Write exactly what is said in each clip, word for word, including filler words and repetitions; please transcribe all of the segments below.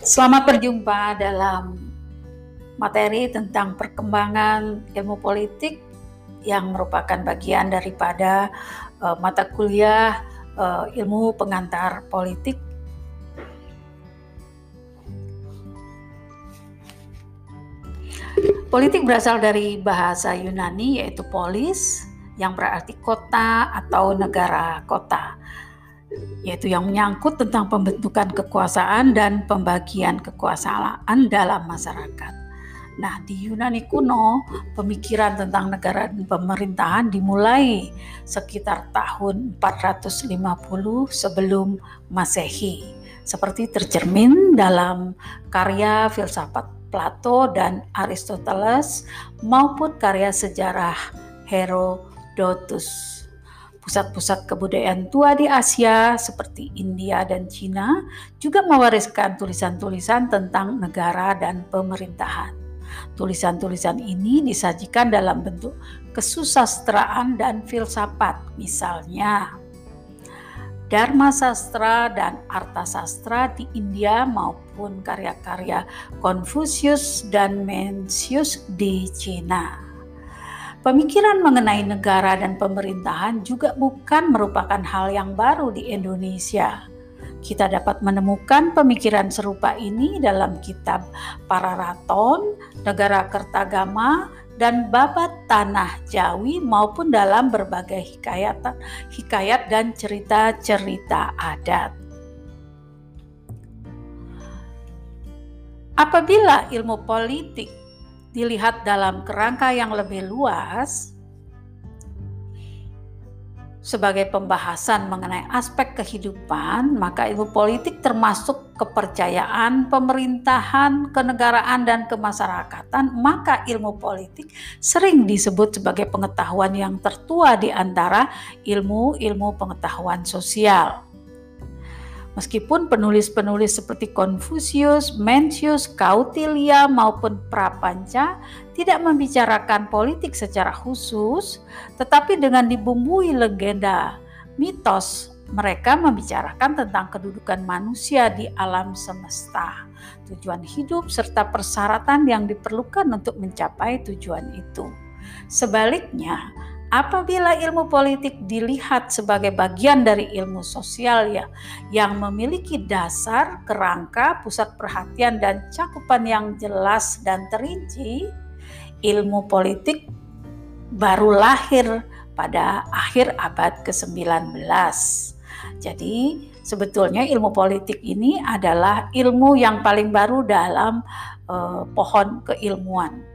Selamat berjumpa dalam materi tentang perkembangan ilmu politik yang merupakan bagian daripada uh, mata kuliah uh, ilmu pengantar politik. Politik berasal dari bahasa Yunani yaitu polis, yang berarti kota atau negara kota, yaitu yang menyangkut tentang pembentukan kekuasaan dan pembagian kekuasaan dalam masyarakat. Nah, di Yunani kuno, pemikiran tentang negara dan pemerintahan dimulai sekitar tahun empat ratus lima puluh sebelum Masehi, seperti tercermin dalam karya filsafat Plato dan Aristoteles maupun karya sejarah Herodotus. Pusat-pusat kebudayaan tua di Asia seperti India dan Cina juga mewariskan tulisan-tulisan tentang negara dan pemerintahan. Tulisan-tulisan ini disajikan dalam bentuk kesusastraan dan filsafat, misalnya Dharma Sastra dan Arta Sastra di India maupun karya-karya Confucius dan Mencius di Cina. Pemikiran mengenai negara dan pemerintahan juga bukan merupakan hal yang baru di Indonesia. Kita dapat menemukan pemikiran serupa ini dalam kitab Pararaton, Negara Kertagama, dan Babat Tanah Jawi maupun dalam berbagai hikayat, hikayat dan cerita-cerita adat. Apabila ilmu politik dilihat dalam kerangka yang lebih luas sebagai pembahasan mengenai aspek kehidupan, maka ilmu politik termasuk kepercayaan, pemerintahan, kenegaraan, dan kemasyarakatan. Maka ilmu politik sering disebut sebagai pengetahuan yang tertua di antara ilmu-ilmu pengetahuan sosial. Meskipun penulis-penulis seperti Confucius, Mencius, Kautilya maupun Prapanca tidak membicarakan politik secara khusus, tetapi dengan dibumbui legenda, mitos, mereka membicarakan tentang kedudukan manusia di alam semesta, tujuan hidup serta persyaratan yang diperlukan untuk mencapai tujuan itu. Sebaliknya, apabila ilmu politik dilihat sebagai bagian dari ilmu sosial ya, yang memiliki dasar, kerangka, pusat perhatian, dan cakupan yang jelas dan terinci, ilmu politik baru lahir pada akhir abad kesembilan belas. Jadi sebetulnya ilmu politik ini adalah ilmu yang paling baru dalam eh, pohon keilmuan.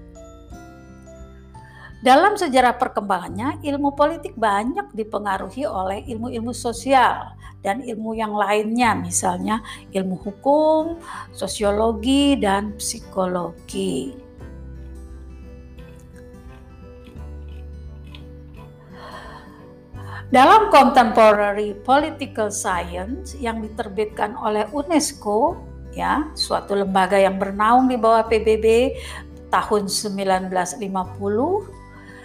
Dalam sejarah perkembangannya, ilmu politik banyak dipengaruhi oleh ilmu-ilmu sosial dan ilmu yang lainnya, misalnya ilmu hukum, sosiologi, dan psikologi. Dalam Contemporary Political Science yang diterbitkan oleh UNESCO, ya, suatu lembaga yang bernaung di bawah P B B tahun sembilan belas lima puluh,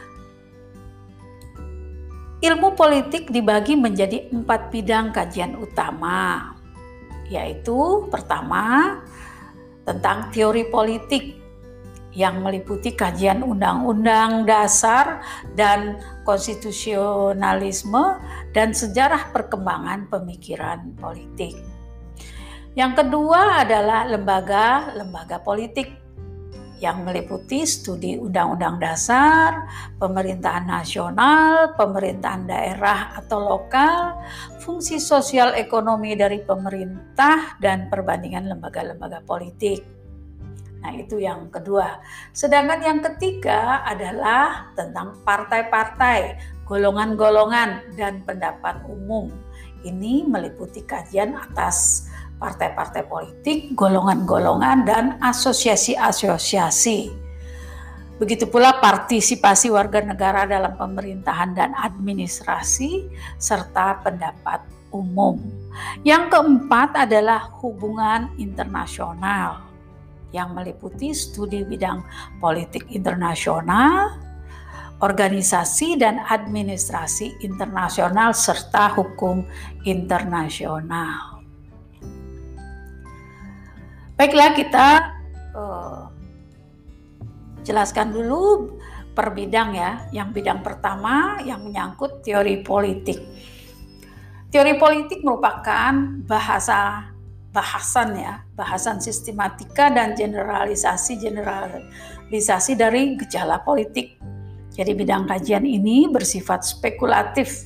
ilmu politik dibagi menjadi empat bidang kajian utama, yaitu pertama tentang teori politik yang meliputi kajian undang-undang dasar dan konstitusionalisme dan sejarah perkembangan pemikiran politik. Yang kedua adalah lembaga-lembaga politik yang meliputi studi undang-undang dasar, pemerintahan nasional, pemerintahan daerah atau lokal, fungsi sosial ekonomi dari pemerintah, dan perbandingan lembaga-lembaga politik. Nah, itu yang kedua. Sedangkan yang ketiga adalah tentang partai-partai, golongan-golongan, dan pendapat umum. Ini meliputi kajian atas partai-partai politik, golongan-golongan, dan asosiasi-asosiasi. Begitu pula partisipasi warga negara dalam pemerintahan dan administrasi, serta pendapat umum. Yang keempat adalah hubungan internasional, yang meliputi studi bidang politik internasional, organisasi dan administrasi internasional, serta hukum internasional. Baiklah, kita uh, jelaskan dulu per bidang ya. Yang bidang pertama yang menyangkut teori politik. Teori politik merupakan bahasa bahasan ya, bahasan sistematika dan generalisasi generalisasi dari gejala politik. Jadi bidang kajian ini bersifat spekulatif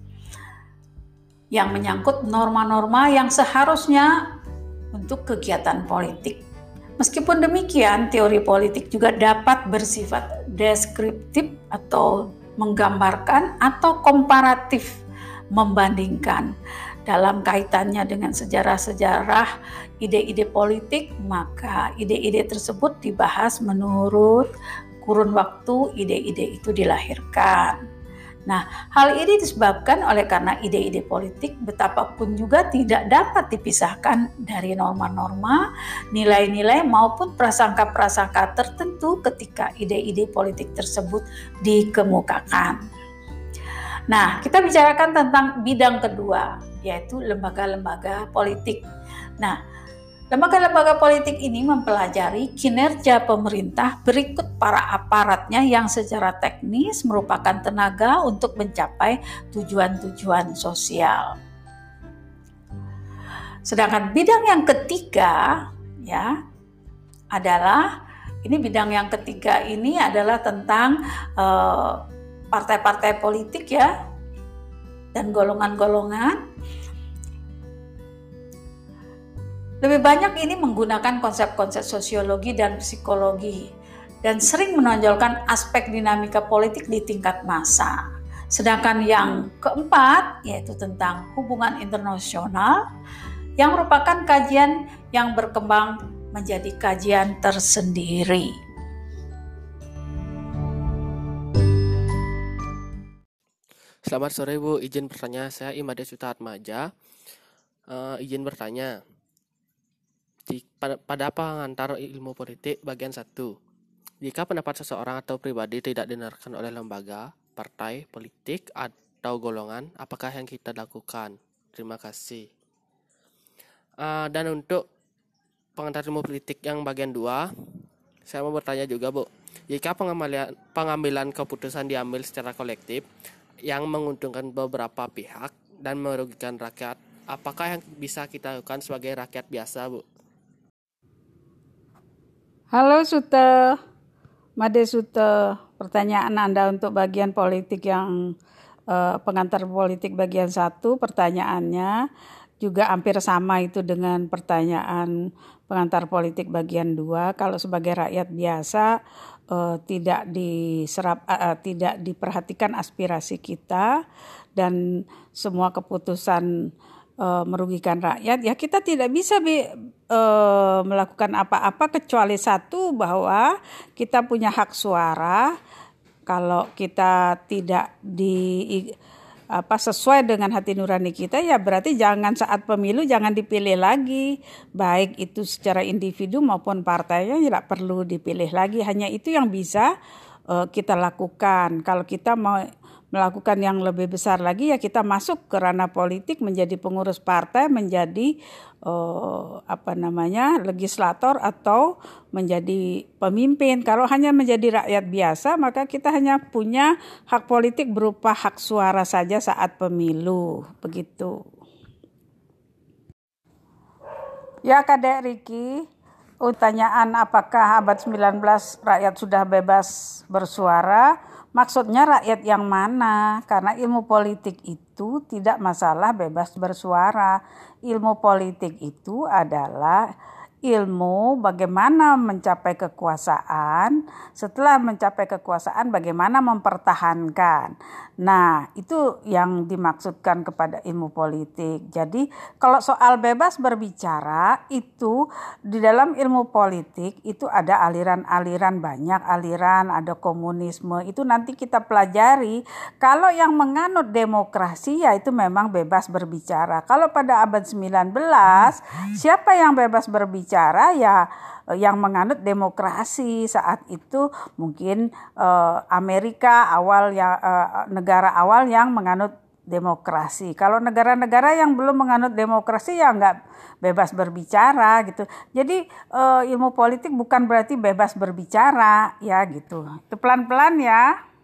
yang menyangkut norma-norma yang seharusnya untuk kegiatan politik. Meskipun demikian, teori politik juga dapat bersifat deskriptif atau menggambarkan atau komparatif, membandingkan. Dalam kaitannya dengan sejarah-sejarah ide-ide politik, maka ide-ide tersebut dibahas menurut kurun waktu ide-ide itu dilahirkan. Nah, hal ini disebabkan oleh karena ide-ide politik betapapun juga tidak dapat dipisahkan dari norma-norma, nilai-nilai maupun prasangka-prasangka tertentu ketika ide-ide politik tersebut dikemukakan. Nah, kita bicarakan tentang bidang kedua, yaitu lembaga-lembaga politik. Nah, lembaga-lembaga politik ini mempelajari kinerja pemerintah berikut para aparatnya yang secara teknis merupakan tenaga untuk mencapai tujuan-tujuan sosial. Sedangkan bidang yang ketiga ya adalah ini bidang yang ketiga ini adalah tentang eh, partai-partai politik ya dan golongan-golongan. Lebih banyak ini menggunakan konsep-konsep sosiologi dan psikologi dan sering menonjolkan aspek dinamika politik di tingkat massa. Sedangkan yang keempat yaitu tentang hubungan internasional yang merupakan kajian yang berkembang menjadi kajian tersendiri. Selamat sore Bu, izin bertanya, saya Imade Suta Atmaja. Uh, izin bertanya, di, pada, pada pengantar ilmu politik bagian satu, jika pendapat seseorang atau pribadi tidak didengarkan oleh lembaga, partai, politik, atau golongan, apakah yang kita lakukan? Terima kasih. Uh, dan untuk pengantar ilmu politik yang bagian dua, saya mau bertanya juga Bu, jika pengambilan, pengambilan keputusan diambil secara kolektif, yang menguntungkan beberapa pihak dan merugikan rakyat, apakah yang bisa kita lakukan sebagai rakyat biasa, Bu? Halo Sute, Made Sute, pertanyaan Anda untuk bagian politik yang eh, pengantar politik bagian satu, pertanyaannya juga hampir sama itu dengan pertanyaan pengantar politik bagian dua. Kalau sebagai rakyat biasa Uh, tidak diserap, uh, tidak diperhatikan aspirasi kita dan semua keputusan uh, merugikan rakyat, ya kita tidak bisa be, uh, melakukan apa-apa kecuali satu, bahwa kita punya hak suara. Kalau kita tidak di apa sesuai dengan hati nurani kita, ya berarti jangan saat pemilu jangan dipilih lagi, baik itu secara individu maupun partainya tidak perlu dipilih lagi. Hanya itu yang bisa uh, kita lakukan. Kalau kita mau melakukan yang lebih besar lagi, ya kita masuk ke ranah politik, menjadi pengurus partai, menjadi uh, apa namanya legislator atau menjadi pemimpin. Kalau hanya menjadi rakyat biasa, maka kita hanya punya hak politik berupa hak suara saja saat pemilu, begitu. Ya Kadek Riki, pertanyaan apakah abad sembilan belas rakyat sudah bebas bersuara? Maksudnya rakyat yang mana? Karena ilmu politik itu tidak masalah bebas bersuara. Ilmu politik itu adalah ilmu bagaimana mencapai kekuasaan, setelah mencapai kekuasaan bagaimana mempertahankan. Nah, itu yang dimaksudkan kepada ilmu politik. Jadi, kalau soal bebas berbicara, itu di dalam ilmu politik itu ada aliran-aliran, banyak aliran, ada komunisme. Itu nanti kita pelajari. Kalau yang menganut demokrasi, ya itu memang bebas berbicara. Kalau pada abad sembilan belas, siapa yang bebas berbicara? Ya yang menganut demokrasi. Saat itu mungkin eh, Amerika awal yang eh, negara awal yang menganut demokrasi. Kalau negara-negara yang belum menganut demokrasi ya nggak bebas berbicara gitu. Jadi uh, ilmu politik bukan berarti bebas berbicara ya gitu. Itu pelan-pelan ya.